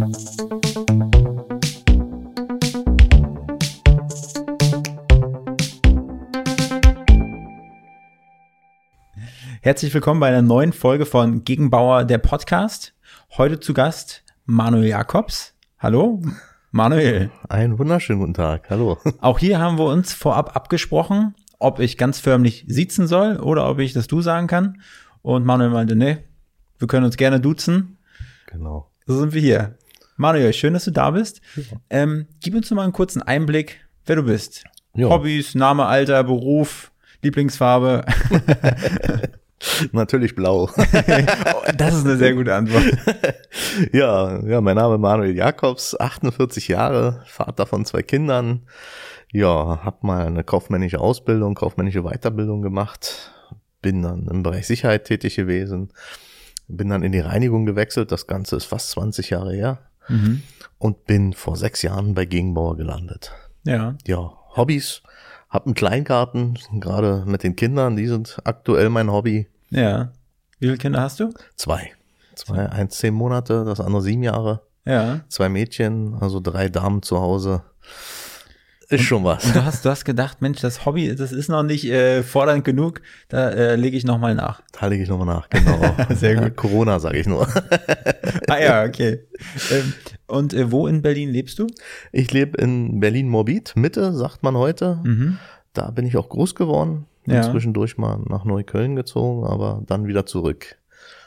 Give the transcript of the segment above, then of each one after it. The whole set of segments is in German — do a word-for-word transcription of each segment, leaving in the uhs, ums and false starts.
Herzlich willkommen bei einer neuen Folge von Gegenbauer, der Podcast. Heute zu Gast Manuel Jakobs. Hallo, Manuel. Einen wunderschönen guten Tag, hallo. Auch hier haben wir uns vorab abgesprochen, ob ich ganz förmlich siezen soll oder ob ich das Du sagen kann. Und Manuel meinte, nee, wir können uns gerne duzen. Genau. So sind wir hier. Manuel, schön, dass du da bist. Ja. Ähm, gib uns noch mal einen kurzen Einblick, wer du bist. Ja. Hobbys, Name, Alter, Beruf, Lieblingsfarbe. Natürlich blau. Das ist eine sehr gute Antwort. Ja, ja, mein Name ist Manuel Jakobs, achtundvierzig Jahre, Vater von zwei Kindern. Ja, hab mal eine kaufmännische Ausbildung, kaufmännische Weiterbildung gemacht. Bin dann im Bereich Sicherheit tätig gewesen. Bin dann in die Reinigung gewechselt. Das Ganze ist fast zwanzig Jahre her. Mhm. Und bin vor sechs Jahren bei Gegenbauer gelandet. Ja. Ja, Hobbys. Hab einen Kleingarten, gerade mit den Kindern, die sind aktuell mein Hobby. Ja. Wie viele Kinder hast du? Zwei. Zwei, eins zehn Monate, das andere sieben Jahre. Ja. Zwei Mädchen, also drei Damen zu Hause. Ist und, schon was. Und du hast, du hast gedacht, Mensch, das Hobby, das ist noch nicht äh, fordernd genug, da äh, lege ich nochmal nach. Da lege ich nochmal nach, genau. Sehr gut. Ja, Corona, sage ich nur. Ah ja, okay. Ähm, und äh, wo in Berlin lebst du? Ich lebe in Berlin-Morbid, Mitte, sagt man heute. Mhm. Da bin ich auch groß geworden. Bin ja. Zwischendurch mal nach Neukölln gezogen, aber dann wieder zurück.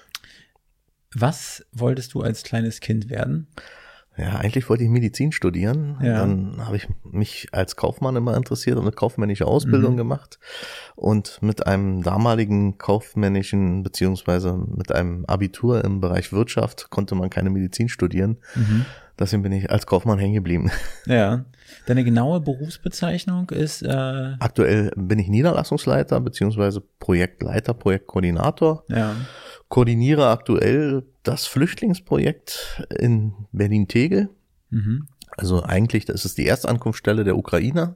Was wolltest du als kleines Kind werden? Ja, eigentlich wollte ich Medizin studieren. Ja. Dann habe ich mich als Kaufmann immer interessiert und eine kaufmännische Ausbildung mhm. gemacht. Und mit einem damaligen kaufmännischen, beziehungsweise mit einem Abitur im Bereich Wirtschaft konnte man keine Medizin studieren. Mhm. Deswegen bin ich als Kaufmann hängen geblieben. Ja. Deine genaue Berufsbezeichnung ist? Äh Aktuell bin ich Niederlassungsleiter, beziehungsweise Projektleiter, Projektkoordinator. Ja. Koordiniere aktuell das Flüchtlingsprojekt in Berlin-Tegel. Mhm. Also eigentlich, das ist die Erstankunftsstelle der Ukrainer.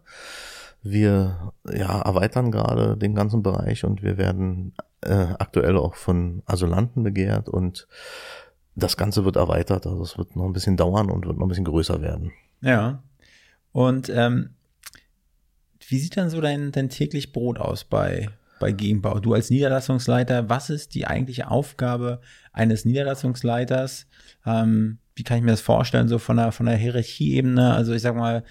Wir ja, erweitern gerade den ganzen Bereich und wir werden äh, aktuell auch von Asylanten begehrt und das Ganze wird erweitert. Also es wird noch ein bisschen dauern und wird noch ein bisschen größer werden. Ja. Und ähm, wie sieht dann so dein, dein täglich Brot aus bei bei Gegenbau? Du als Niederlassungsleiter, was ist die eigentliche Aufgabe eines Niederlassungsleiters? Ähm, wie kann ich mir das vorstellen, so von der, von der Hierarchieebene? Also ich sag mal.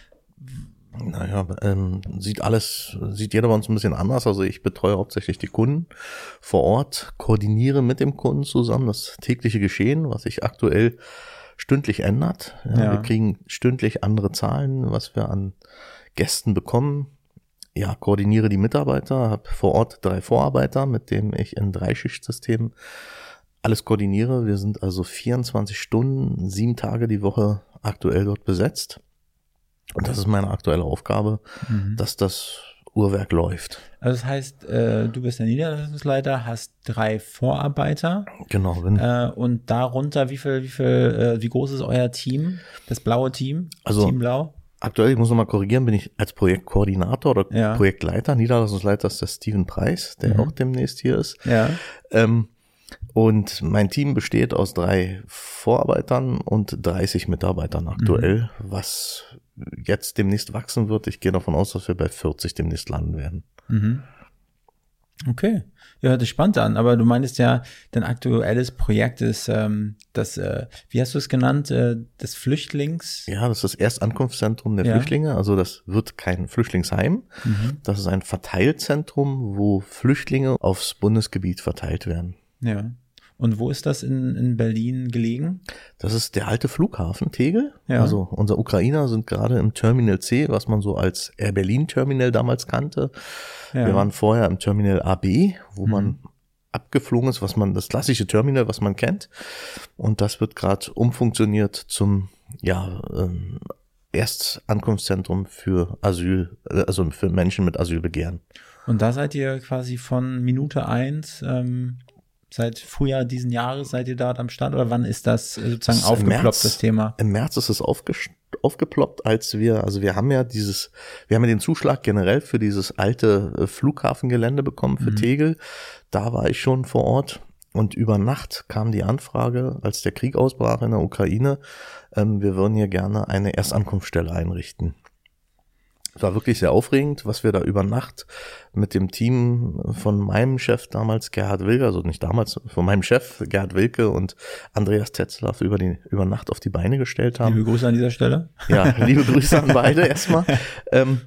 Naja, ähm, sieht alles, sieht jeder bei uns ein bisschen anders. Also ich betreue hauptsächlich die Kunden vor Ort, koordiniere mit dem Kunden zusammen das tägliche Geschehen, was sich aktuell stündlich ändert. Ja, ja. Wir kriegen stündlich andere Zahlen, was wir an Gästen bekommen. Ja, koordiniere die Mitarbeiter, habe vor Ort drei Vorarbeiter, mit denen ich in Dreischichtsystem alles koordiniere. Wir sind also vierundzwanzig Stunden, sieben Tage die Woche aktuell dort besetzt. Und das ist meine aktuelle Aufgabe, mhm. dass das Uhrwerk läuft. Also das heißt, äh, du bist der Niederlassungsleiter, hast drei Vorarbeiter. Genau. Wenn äh, und darunter, wie viel, wie viel, äh, wie groß ist euer Team, das blaue Team, also, Team Blau? Aktuell, ich muss nochmal korrigieren, bin ich als Projektkoordinator oder ja. Projektleiter. Niederlassungsleiter ist der Steven Preis, der mhm. auch demnächst hier ist. Ja. Ähm, und mein Team besteht aus drei Vorarbeitern und dreißig Mitarbeitern aktuell, mhm. was jetzt demnächst wachsen wird. Ich gehe davon aus, dass wir bei vierzig demnächst landen werden. Mhm. Okay. Ja, hört sich spannend an, aber du meintest ja, dein aktuelles Projekt ist ähm, das, äh, wie hast du es genannt, äh, des Flüchtlings? Ja, das ist das Erstankunftszentrum der ja. Flüchtlinge, also das wird kein Flüchtlingsheim, mhm. das ist ein Verteilzentrum, wo Flüchtlinge aufs Bundesgebiet verteilt werden. Ja. Und wo ist das in, in Berlin gelegen? Das ist der alte Flughafen Tegel. Ja. Also unsere Ukrainer sind gerade im Terminal C, was man so als Air Berlin Terminal damals kannte. Ja. Wir waren vorher im Terminal A B, wo mhm. man abgeflogen ist, was man das klassische Terminal, was man kennt. Und das wird gerade umfunktioniert zum ja ähm, Erstankunftszentrum für Asyl, also für Menschen mit Asylbegehren. Und da seid ihr quasi von Minute eins ähm Seit Frühjahr diesen Jahres seid ihr dort am Start oder wann ist das sozusagen das aufgeploppt, März, das Thema? Im März ist es aufge, aufgeploppt, als wir, also wir haben ja dieses, wir haben ja den Zuschlag generell für dieses alte Flughafengelände bekommen für mhm. Tegel. Da war ich schon vor Ort Und über Nacht kam die Anfrage, als der Krieg ausbrach in der Ukraine, ähm, wir würden hier gerne eine Erstankunftsstelle einrichten. Es war wirklich sehr aufregend, was wir da über Nacht mit dem Team von meinem Chef damals, Gerhard Wilke, also nicht damals, von meinem Chef, Gerhard Wilke und Andreas Tetzlaff über die, über Nacht auf die Beine gestellt haben. Liebe Grüße an dieser Stelle. Ja, liebe Grüße an beide erstmal. Ähm,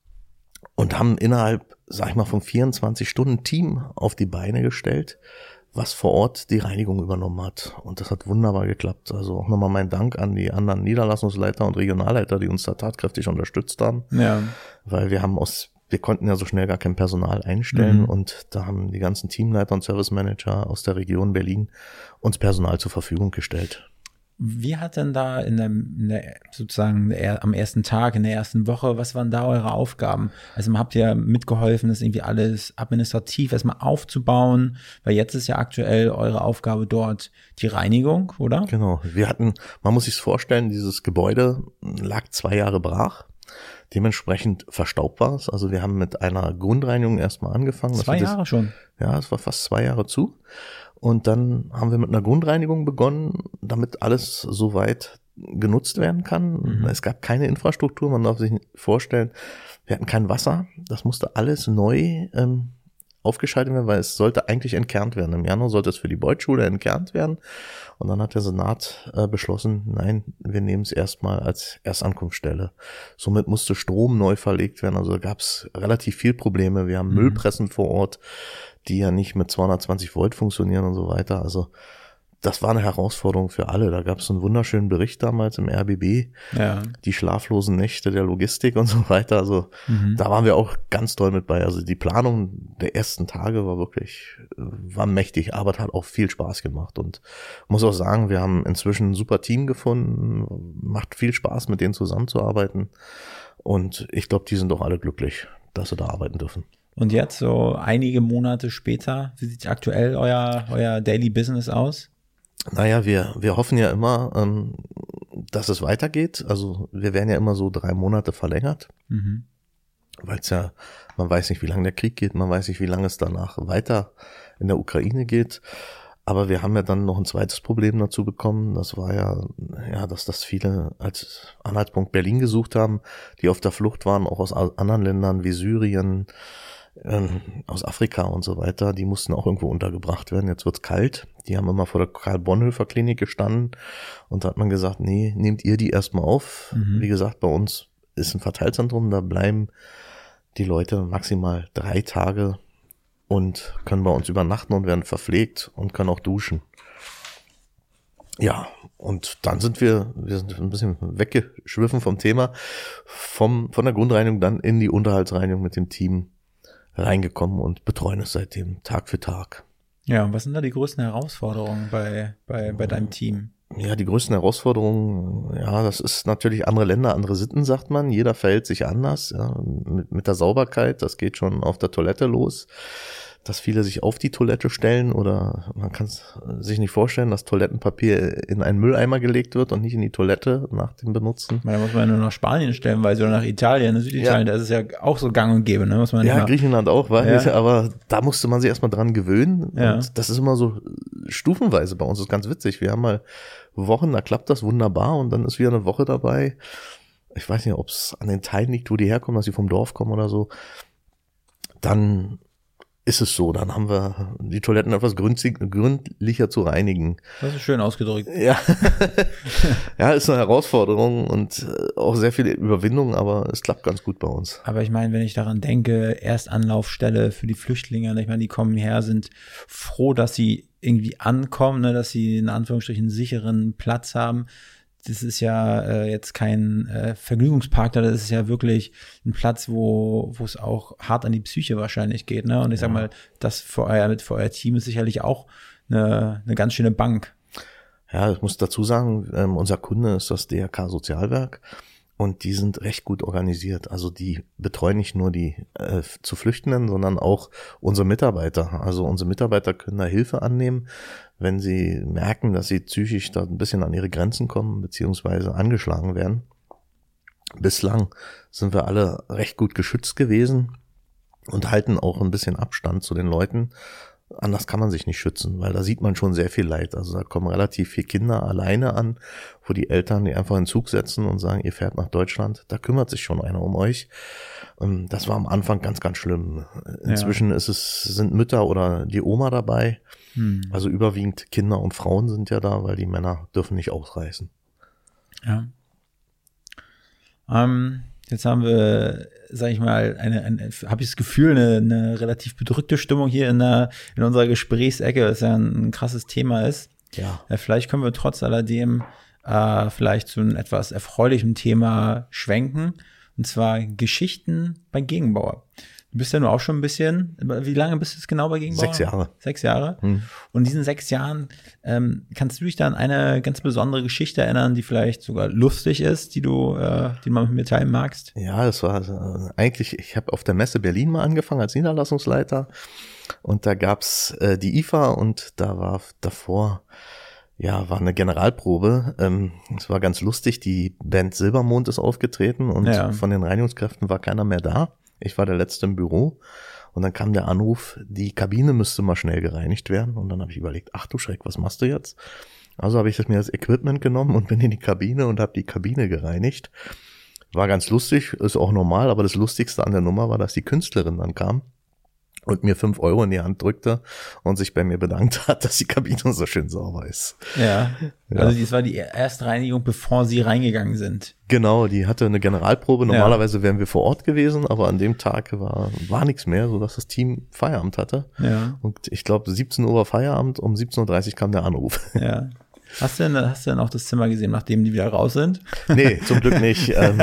und haben innerhalb, sag ich mal, von vierundzwanzig Stunden Team auf die Beine gestellt, was vor Ort die Reinigung übernommen hat. Und das hat wunderbar geklappt. Also auch nochmal mein Dank an die anderen Niederlassungsleiter und Regionalleiter, die uns da tatkräftig unterstützt haben. Ja. Weil wir haben aus, wir konnten ja so schnell gar kein Personal einstellen. Mhm. Und da haben die ganzen Teamleiter und Service Manager aus der Region Berlin uns Personal zur Verfügung gestellt. Wie hat denn da in der, in der sozusagen der, am ersten Tag, in der ersten Woche, was waren da eure Aufgaben? Also habt ihr mitgeholfen, das irgendwie alles administrativ erstmal aufzubauen, weil jetzt ist ja aktuell eure Aufgabe dort die Reinigung, oder? Genau, wir hatten, man muss sich's vorstellen, dieses Gebäude lag zwei Jahre brach, dementsprechend verstaubt war es. Also wir haben mit einer Grundreinigung erstmal angefangen. Zwei das, Jahre schon? Ja, es war fast zwei Jahre zu. Und dann haben wir mit einer Grundreinigung begonnen, damit alles soweit genutzt werden kann. Mhm. Es gab keine Infrastruktur, man darf sich vorstellen, wir hatten kein Wasser. Das musste alles neu ähm, aufgeschaltet werden, weil es sollte eigentlich entkernt werden. Im Januar sollte es für die Beutschule entkernt werden. Und dann hat der Senat äh, beschlossen, nein, wir nehmen es erstmal als Erstankunftsstelle. Somit musste Strom neu verlegt werden. Also da gab es relativ viel Probleme. Wir haben mhm. Müllpressen vor Ort, die ja nicht mit zweihundertzwanzig Volt funktionieren und so weiter. Also das war eine Herausforderung für alle. Da gab es einen wunderschönen Bericht damals im R B B, ja. Die schlaflosen Nächte der Logistik und so weiter. Also mhm. da waren wir auch ganz doll mit bei. Also die Planung der ersten Tage war wirklich, war mächtig, aber hat auch viel Spaß gemacht. Und muss auch sagen, wir haben inzwischen ein super Team gefunden. Macht viel Spaß, mit denen zusammenzuarbeiten. Und ich glaube, die sind doch alle glücklich, dass sie da arbeiten dürfen. Und jetzt, so einige Monate später, wie sieht aktuell euer, euer Daily Business aus? Naja, wir, wir hoffen ja immer, ähm, dass es weitergeht. Also wir werden ja immer so drei Monate verlängert, mhm. weil es ja, man weiß nicht, wie lange der Krieg geht, man weiß nicht, wie lange es danach weiter in der Ukraine geht. Aber wir haben ja dann noch ein zweites Problem dazu bekommen. Das war ja, ja, dass das viele als Anhaltspunkt Berlin gesucht haben, die auf der Flucht waren, auch aus anderen Ländern wie Syrien, ähm, aus Afrika und so weiter. Die mussten auch irgendwo untergebracht werden. Jetzt wird's kalt. Die haben immer vor der Karl-Bonhoeffer-Klinik gestanden. Und da hat man gesagt, nee, nehmt ihr die erstmal auf. Mhm. Wie gesagt, bei uns ist ein Verteilzentrum. Da bleiben die Leute maximal drei Tage und können bei uns übernachten und werden verpflegt und können auch duschen. Ja, und dann sind wir, wir sind ein bisschen weggeschwiffen vom Thema, vom, von der Grundreinigung dann in die Unterhaltsreinigung mit dem Team reingekommen und betreuen es seitdem Tag für Tag. Ja, und was sind da die größten Herausforderungen bei, bei, bei deinem Team? Ja, die größten Herausforderungen, ja, das ist natürlich andere Länder, andere Sitten, sagt man. Jeder verhält sich anders, ja, mit, mit der Sauberkeit, das geht schon auf der Toilette los. Dass viele sich auf die Toilette stellen oder man kann es sich nicht vorstellen, dass Toilettenpapier in einen Mülleimer gelegt wird und nicht in die Toilette nach dem Benutzen. Da muss man ja nur nach Spanien stellen, weil so nach Italien, Süditalien, ja. Da ist es ja auch so gang und gäbe, ne? Muss man ja, nicht Griechenland auch, weiß ja. Aber da musste man sich erstmal dran gewöhnen. Ja. Und das ist immer so stufenweise bei uns, das ist ganz witzig. Wir haben mal Wochen, da klappt das wunderbar und dann ist wieder eine Woche dabei. Ich weiß nicht, ob es an den Teilen liegt, wo die herkommen, dass sie vom Dorf kommen oder so. Dann ist es so, dann haben wir die Toiletten etwas gründlich, gründlicher zu reinigen. Das ist schön ausgedrückt. Ja, ja, ist eine Herausforderung und auch sehr viel Überwindung, aber es klappt ganz gut bei uns. Aber ich meine, wenn ich daran denke, Erstanlaufstelle für die Flüchtlinge, ich meine, die kommen her, sind froh, dass sie irgendwie ankommen, ne, dass sie in Anführungsstrichen einen sicheren Platz haben. Das ist ja äh, jetzt kein äh, Vergnügungspark, das ist ja wirklich ein Platz, wo wo es auch hart an die Psyche wahrscheinlich geht, ne? Und ich ja. sag mal, das für euer, für euer Team ist sicherlich auch eine, eine ganz schöne Bank. Ja, ich muss dazu sagen, ähm, unser Kunde ist das D R K Sozialwerk und die sind recht gut organisiert. Also die betreuen nicht nur die äh, zu Flüchtenden, sondern auch unsere Mitarbeiter. Also unsere Mitarbeiter können da Hilfe annehmen, wenn sie merken, dass sie psychisch da ein bisschen an ihre Grenzen kommen, beziehungsweise angeschlagen werden. Bislang sind wir alle recht gut geschützt gewesen und halten auch ein bisschen Abstand zu den Leuten. anders kann man sich nicht schützen, weil da sieht man schon sehr viel Leid. Also da kommen relativ viele Kinder alleine an, wo die Eltern die einfach in den Zug setzen und sagen, ihr fährt nach Deutschland, da kümmert sich schon einer um euch. Das war am Anfang ganz, ganz schlimm. Inzwischen ja. ist es, sind Mütter oder die Oma dabei. Hm. Also überwiegend Kinder und Frauen sind ja da, weil die Männer dürfen nicht ausreisen. Ja. Ähm, jetzt haben wir, sag ich mal, eine, eine habe ich das Gefühl, eine, eine relativ bedrückte Stimmung hier in, der, in unserer Gesprächsecke, was ja ein, ein krasses Thema ist. Ja. Ja, vielleicht können wir trotz alledem äh, vielleicht zu einem etwas erfreulichen Thema schwenken. Und zwar Geschichten bei Gegenbauer. Du bist ja nur auch schon ein bisschen, wie lange bist du jetzt genau bei Gegenbauer? Sechs Jahre. Sechs Jahre. Hm. Und in diesen sechs Jahren ähm, kannst du dich dann an eine ganz besondere Geschichte erinnern, die vielleicht sogar lustig ist, die du, äh, die du mal mit mir teilen magst? Ja, das war also eigentlich, ich habe auf der Messe Berlin mal angefangen als Niederlassungsleiter und da gab's äh, die I F A und da war davor Ja, war eine Generalprobe. Ähm, es war ganz lustig. Die Band Silbermond ist aufgetreten und ja. von den Reinigungskräften war keiner mehr da. Ich war der Letzte im Büro und dann kam der Anruf, die Kabine müsste mal schnell gereinigt werden. Und dann habe ich überlegt, ach du Schreck, was machst du jetzt? Also habe ich das mir als Equipment genommen und bin in die Kabine und habe die Kabine gereinigt. War ganz lustig, ist auch normal, aber das Lustigste an der Nummer war, dass die Künstlerin dann kam und mir fünf Euro in die Hand drückte und sich bei mir bedankt hat, dass die Kabine so schön sauber ist. Ja, ja. Also das war die Erstreinigung, bevor Sie reingegangen sind. Genau, die hatte eine Generalprobe. Normalerweise ja. wären wir vor Ort gewesen, aber an dem Tag war war nichts mehr, sodass das Team Feierabend hatte. Ja. Und ich glaube, siebzehn Uhr war Feierabend, um siebzehn Uhr dreißig kam der Anruf. Ja. Hast du denn, hast du denn auch das Zimmer gesehen, nachdem die wieder raus sind? Nee, zum Glück nicht. ähm.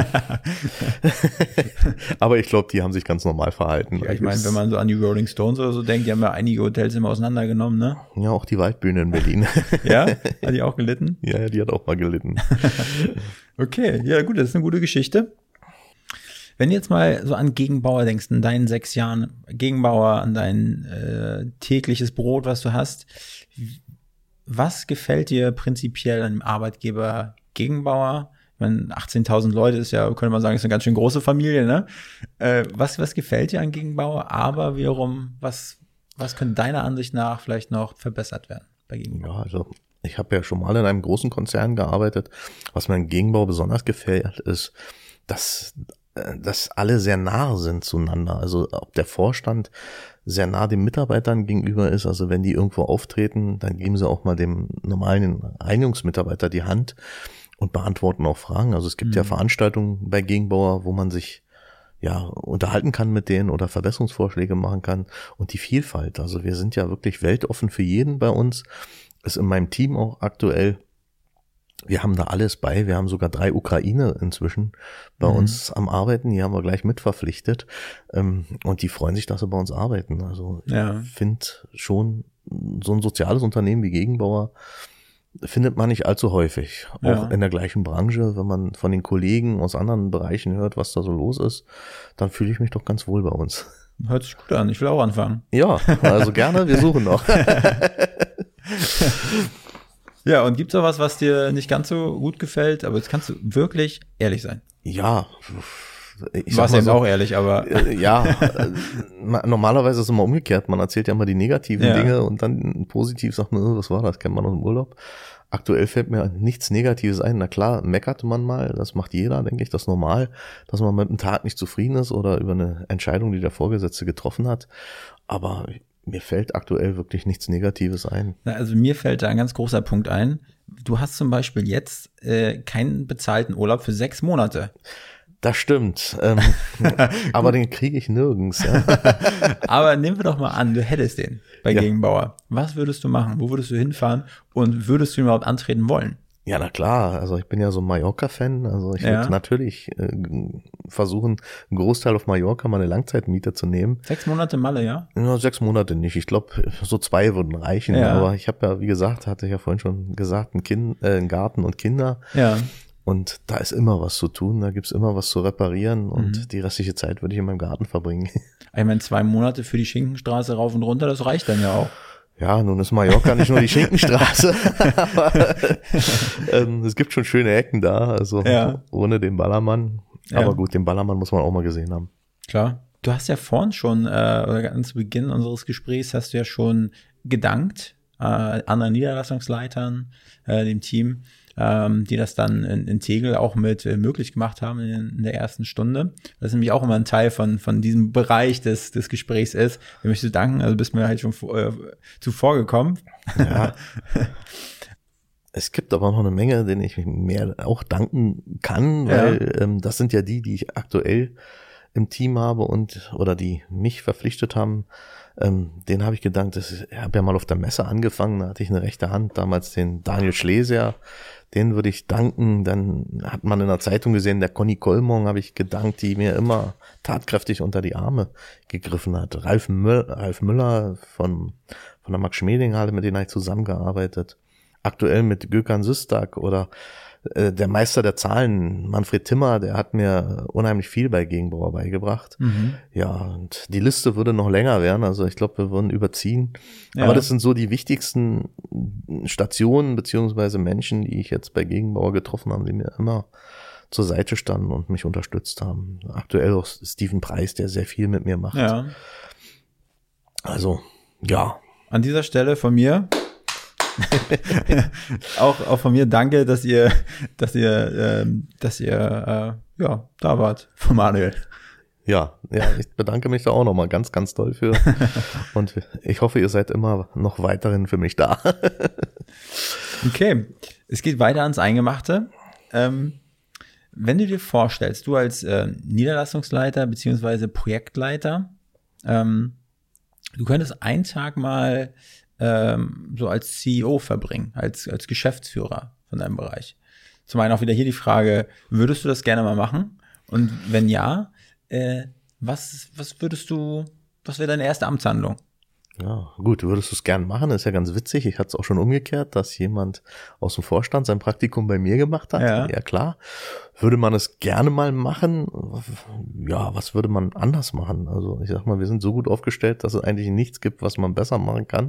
Aber ich glaube, die haben sich ganz normal verhalten. Ja, ich meine, wenn man so an die Rolling Stones oder so denkt, die haben ja einige Hotelzimmer auseinandergenommen, ne? Ja, auch die Waldbühne in Berlin. Ja? Hat die auch gelitten? Ja, ja, die hat auch mal gelitten. Okay, ja gut, das ist eine gute Geschichte. Wenn du jetzt mal so an Gegenbauer denkst, in deinen sechs Jahren Gegenbauer, an dein äh, tägliches Brot, was du hast, was gefällt dir prinzipiell an dem Arbeitgeber Gegenbauer? Ich meine, achtzehntausend Leute ist ja, könnte man sagen, ist eine ganz schön große Familie, ne? Äh, was, was gefällt dir an Gegenbauer? Aber wiederum, was, was könnte deiner Ansicht nach vielleicht noch verbessert werden bei Gegenbauer? Ja, also ich habe ja schon mal in einem großen Konzern gearbeitet. Was mir an Gegenbauer besonders gefällt, ist, dass, dass alle sehr nah sind zueinander. Also ob der Vorstand sehr nah den Mitarbeitern gegenüber ist. Also wenn die irgendwo auftreten, dann geben sie auch mal dem normalen Reinigungsmitarbeiter die Hand und beantworten auch Fragen. Also es gibt mhm. ja Veranstaltungen bei Gegenbauer, wo man sich ja unterhalten kann mit denen oder Verbesserungsvorschläge machen kann. Und die Vielfalt, also wir sind ja wirklich weltoffen für jeden bei uns. Ist in meinem Team auch aktuell. Wir haben da alles bei. Wir haben sogar drei Ukrainer inzwischen bei mhm. uns am Arbeiten. Die haben wir gleich mit verpflichtet. Und die freuen sich, dass sie bei uns arbeiten. Also ja. ich finde schon, so ein soziales Unternehmen wie Gegenbauer findet man nicht allzu häufig. Auch ja. in der gleichen Branche. Wenn man von den Kollegen aus anderen Bereichen hört, was da so los ist, dann fühle ich mich doch ganz wohl bei uns. Hört sich gut an. Ich will auch anfangen. Ja, also gerne. Wir suchen noch. Ja, und gibt's auch was, was dir nicht ganz so gut gefällt? Aber jetzt kannst du wirklich ehrlich sein. Ja. Ich war eben so, auch ehrlich, aber. Äh, ja, äh, normalerweise ist es immer umgekehrt. Man erzählt ja immer die negativen ja. Dinge und dann positiv sagt man, oh, was war das? Kennt man aus dem Urlaub. Aktuell fällt mir nichts Negatives ein. Na klar, meckert man mal. Das macht jeder, denke ich. Das ist normal, dass man mit einem Tag nicht zufrieden ist oder über eine Entscheidung, die der Vorgesetzte getroffen hat. Aber mir fällt aktuell wirklich nichts Negatives ein. Na, also mir fällt da ein ganz großer Punkt ein. Du hast zum Beispiel jetzt äh, keinen bezahlten Urlaub für sechs Monate. Das stimmt. Ähm, aber den kriege ich nirgends. Ja. Aber nehmen wir doch mal an, du hättest den bei ja. Gegenbauer. Was würdest du machen? Wo würdest du hinfahren? Und würdest du ihn überhaupt antreten wollen? Ja, na klar. Also ich bin ja so ein Mallorca-Fan. Also ich ja. würde natürlich äh, versuchen, einen Großteil auf Mallorca mal eine Langzeitmiete zu nehmen. Sechs Monate Malle, ja? Ja, sechs Monate nicht. Ich glaube, so zwei würden reichen. Ja. Aber ich habe ja, wie gesagt, hatte ich ja vorhin schon gesagt, ein Kind, äh, einen Garten und Kinder. Ja. Und da ist immer was zu tun, da gibt's immer was zu reparieren und mhm. die restliche Zeit würde ich in meinem Garten verbringen. Ich meine, zwei Monate für die Schinkenstraße rauf und runter, das reicht dann ja auch. Ja, nun ist Mallorca nicht nur die Schinkenstraße, aber ähm, es gibt schon schöne Ecken da, also ja. ohne den Ballermann. Ja. Aber gut, den Ballermann muss man auch mal gesehen haben. Klar. Du hast ja vorhin schon, äh, oder ganz zu Beginn unseres Gesprächs hast du ja schon gedankt, äh, anderen Niederlassungsleitern, äh, dem Team, ähm, die das dann in, in Tegel auch mit äh, möglich gemacht haben in, in der ersten Stunde. Das ist nämlich auch immer ein Teil von von diesem Bereich des des Gesprächs ist. Ich möchte danken, also bist mir halt schon äh, zuvor gekommen. Ja. Es gibt aber noch eine Menge, denen ich mehr auch danken kann, weil ja. ähm, das sind ja die, die ich aktuell im Team habe und oder die mich verpflichtet haben. Ähm, den habe ich gedankt. Das ist, ich habe ja mal auf der Messe angefangen, da hatte ich eine rechte Hand, damals den Daniel Schlesier. Den würde ich danken. Dann hat man in der Zeitung gesehen, der Conny Kolmong habe ich gedankt, die mir immer tatkräftig unter die Arme gegriffen hat. Ralf Müller, Ralf Müller von von der Max-Schmeling-Halle, mit denen habe ich zusammengearbeitet. Aktuell mit Gökhan Sistak oder äh, der Meister der Zahlen, Manfred Timmer, der hat mir unheimlich viel bei Gegenbauer beigebracht. Mhm. Ja, und die Liste würde noch länger werden, also ich glaube, wir würden überziehen. Ja. Aber das sind so die wichtigsten Stationen beziehungsweise Menschen, die ich jetzt bei Gegenbauer getroffen habe, die mir immer zur Seite standen und mich unterstützt haben. Aktuell auch Steven Preis, der sehr viel mit mir macht. Ja. Also, ja. An dieser Stelle von mir auch, auch von mir danke, dass ihr, dass ihr, ähm, dass ihr, äh, ja, da wart, von Manuel. Ja, ja, ich bedanke mich da auch nochmal ganz, ganz doll für. Und ich hoffe, ihr seid immer noch weiterhin für mich da. Okay, es geht weiter ans Eingemachte. Ähm, wenn du dir vorstellst, du als äh, Niederlassungsleiter beziehungsweise Projektleiter, ähm, du könntest einen Tag mal ähm, so als C E O verbringen, als als Geschäftsführer von deinem Bereich. Zum einen auch wieder hier die Frage, würdest du das gerne mal machen? Und wenn ja, äh, was was würdest du, was wäre deine erste Amtshandlung? Ja, gut, würdest du es gern machen? Das ist ja ganz witzig. Ich hatte es auch schon umgekehrt, dass jemand aus dem Vorstand sein Praktikum bei mir gemacht hat. Ja, ja klar. Würde man es gerne mal machen? Ja, was würde man anders machen? Also ich sag mal, wir sind so gut aufgestellt, dass es eigentlich nichts gibt, was man besser machen kann.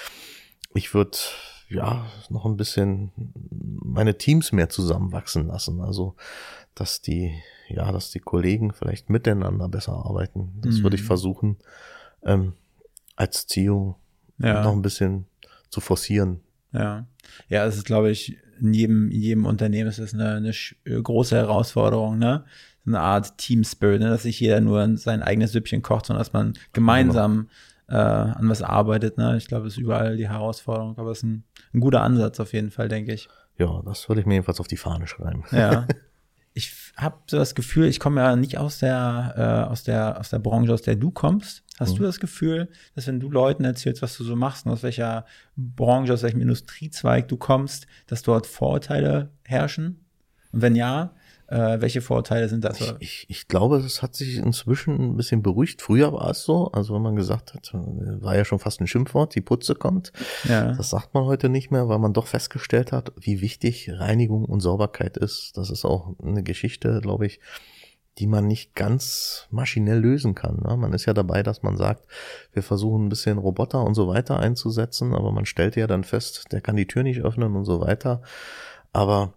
Ich würde ja noch ein bisschen meine Teams mehr zusammenwachsen lassen. Also dass die, ja, dass die Kollegen vielleicht miteinander besser arbeiten. Das mhm. würde ich versuchen. Ähm, als C E O ja. noch ein bisschen zu forcieren. Ja, ja, es ist, glaube ich, in jedem, in jedem Unternehmen ist es eine, eine große Herausforderung, ne? Eine Art Team Spirit, ne? Dass sich jeder nur sein eigenes Süppchen kocht, sondern dass man gemeinsam genau. äh, an was arbeitet, ne? Ich glaube, es ist überall die Herausforderung, aber es ist ein, ein guter Ansatz auf jeden Fall, denke ich. Ja, das würde ich mir jedenfalls auf die Fahne schreiben. Ja. Ich habe so das Gefühl, ich komme ja nicht aus der, äh, aus der, aus der Branche, aus der du kommst. Hast mhm. du das Gefühl, dass wenn du Leuten erzählst, was du so machst und aus welcher Branche, aus welchem Industriezweig du kommst, dass dort Vorurteile herrschen? Und wenn ja, äh, welche Vorurteile sind das? Ich, ich, ich glaube, es hat sich inzwischen ein bisschen beruhigt. Früher war es so, also wenn man gesagt hat, war ja schon fast ein Schimpfwort, die Putze kommt. Ja. Das sagt man heute nicht mehr, weil man doch festgestellt hat, wie wichtig Reinigung und Sauberkeit ist. Das ist auch eine Geschichte, glaube ich, die man nicht ganz maschinell lösen kann. Ne? Man ist ja dabei, dass man sagt, wir versuchen ein bisschen Roboter und so weiter einzusetzen, aber man stellt ja dann fest, der kann die Tür nicht öffnen und so weiter. Aber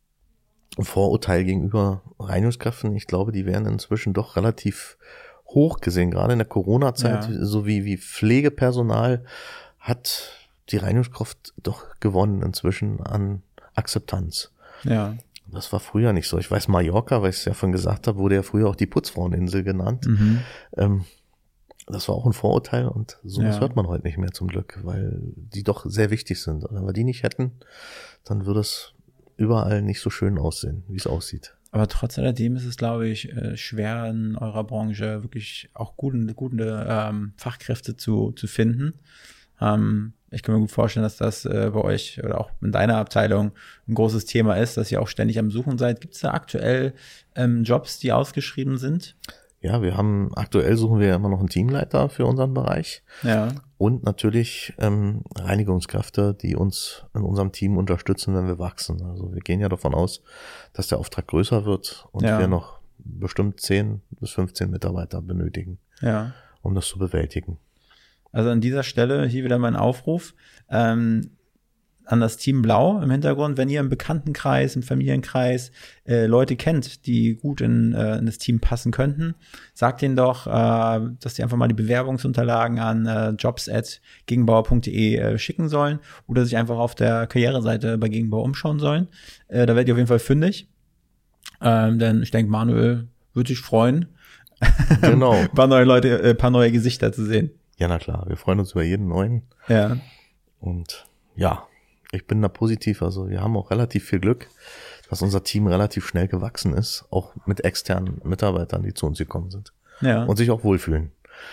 Vorurteil gegenüber Reinigungskräften, ich glaube, die werden inzwischen doch relativ hoch gesehen. Gerade in der Corona-Zeit, ja. so wie, wie Pflegepersonal, hat die Reinigungskraft doch gewonnen inzwischen an Akzeptanz. Ja. Das war früher nicht so. Ich weiß, Mallorca, weil ich es ja von gesagt habe, wurde ja früher auch die Putzfraueninsel genannt. Mhm. Ähm, das war auch ein Vorurteil und sowas ja. hört man heute nicht mehr zum Glück, weil die doch sehr wichtig sind. Und wenn wir die nicht hätten, dann würde es überall nicht so schön aussehen, wie es aussieht. Aber trotz alledem ist es, glaube ich, schwer in eurer Branche wirklich auch gute, gute ähm, Fachkräfte zu, zu finden. Ähm, ich kann mir gut vorstellen, dass das äh, bei euch oder auch in deiner Abteilung ein großes Thema ist, dass ihr auch ständig am Suchen seid. Gibt es da aktuell ähm, Jobs, die ausgeschrieben sind? Ja, wir haben, aktuell suchen wir immer noch einen Teamleiter für unseren Bereich. Ja. Und natürlich ähm, Reinigungskräfte, die uns in unserem Team unterstützen, wenn wir wachsen. Also wir gehen ja davon aus, dass der Auftrag größer wird und ja. wir noch bestimmt zehn bis fünfzehn Mitarbeiter benötigen, ja. um das zu bewältigen. Also an dieser Stelle hier wieder mein Aufruf. Ähm, an das Team Blau im Hintergrund, wenn ihr im Bekanntenkreis, im Familienkreis äh, Leute kennt, die gut in, äh, in das Team passen könnten, sagt denen doch, äh, dass die einfach mal die Bewerbungsunterlagen an äh, jobs at gegenbauer punkt de äh, schicken sollen oder sich einfach auf der Karriereseite bei Gegenbauer umschauen sollen. Äh, da werdet ihr auf jeden Fall fündig. Ähm, denn ich denke, Manuel würde sich freuen, genau. ein paar neue Leute, ein paar neue Gesichter zu sehen. Ja, na klar, wir freuen uns über jeden neuen. Ja. Und ja, ich bin da positiv, also wir haben auch relativ viel Glück, dass unser Team relativ schnell gewachsen ist, auch mit externen Mitarbeitern, die zu uns gekommen sind. Ja. Und sich auch wohlfühlen.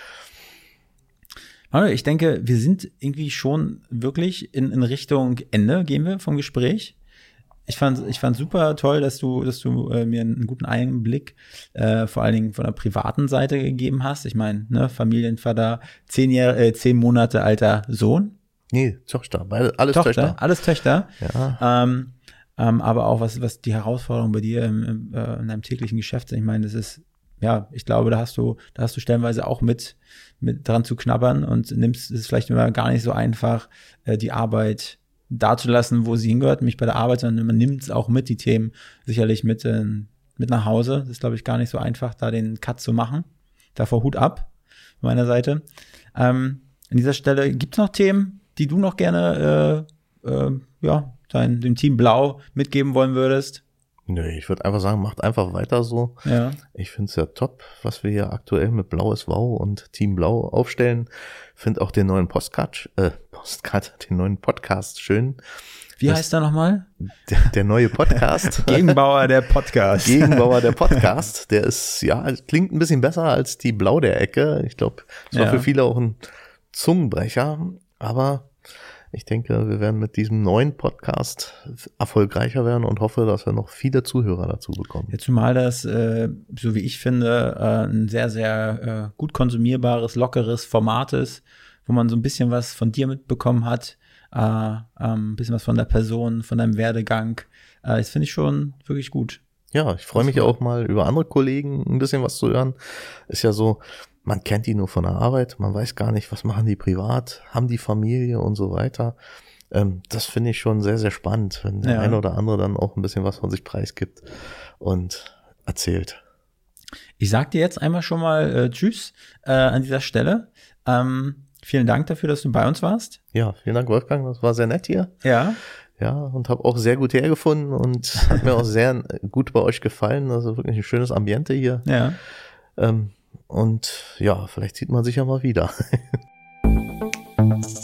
Manuel, ich denke, wir sind irgendwie schon wirklich in, in Richtung Ende, gehen wir vom Gespräch. Ich fand, ich fand super toll, dass du, dass du äh, mir einen guten Einblick äh, vor allen Dingen von der privaten Seite gegeben hast. Ich meine, ne, Familienvater, zehn Jahre, äh, zehn Monate alter Sohn. Nee, Tochter, beide, alles Tochter, Töchter. Alles Töchter. Ja. Ähm, ähm, aber auch was, was die Herausforderungen bei dir im, im, äh, in deinem täglichen Geschäft sind. Ich meine, das ist, ja, ich glaube, da hast du, da hast du stellenweise auch mit, mit dran zu knabbern und nimmst, es ist vielleicht immer gar nicht so einfach, äh, die Arbeit dazulassen, wo sie hingehört, nämlich bei der Arbeit, sondern man nimmt es auch mit, die Themen sicherlich mit, äh, mit nach Hause. Das ist, glaube ich, gar nicht so einfach, da den Cut zu machen. Davor Hut ab von meiner Seite. Ähm, an dieser Stelle, gibt es noch Themen, die du noch gerne äh, äh, ja, dein, dem Team Blau mitgeben wollen würdest? Nö, ich würde einfach sagen, macht einfach weiter so. Ja. Ich finde es ja top, was wir hier aktuell mit Blau ist Wow und Team Blau aufstellen. Finde auch den neuen Postcard, äh, Postcard, den neuen Podcast schön. Wie das, heißt er nochmal? Der, der neue Podcast. Gegenbauer der Podcast. Gegenbauer der Podcast. Der ist, ja, klingt ein bisschen besser als die Blau der Ecke. Ich glaube, es war Ja. für viele auch ein Zungenbrecher. Aber ich denke, wir werden mit diesem neuen Podcast erfolgreicher werden und hoffe, dass wir noch viele Zuhörer dazu bekommen. Ja, zumal das, äh, so wie ich finde, äh, ein sehr, sehr äh, gut konsumierbares, lockeres Format ist, wo man so ein bisschen was von dir mitbekommen hat, äh, ähm, ein bisschen was von der Person, von deinem Werdegang. Äh, das finde ich schon wirklich gut. Ja, ich freue mich ja auch mal über andere Kollegen ein bisschen was zu hören. Ist ja so, man kennt die nur von der Arbeit, man weiß gar nicht, was machen die privat, haben die Familie und so weiter. Ähm, das finde ich schon sehr, sehr spannend, wenn der Ja. eine oder andere dann auch ein bisschen was von sich preisgibt und erzählt. Ich sag dir jetzt einmal schon mal äh, Tschüss äh, an dieser Stelle. Ähm, vielen Dank dafür, dass du bei uns warst. Ja, vielen Dank, Wolfgang, das war sehr nett hier. Ja. Ja, und habe auch sehr gut hergefunden und hat mir auch sehr gut bei euch gefallen. Also wirklich ein schönes Ambiente hier. Ja. Ähm, und ja, vielleicht sieht man sich ja mal wieder.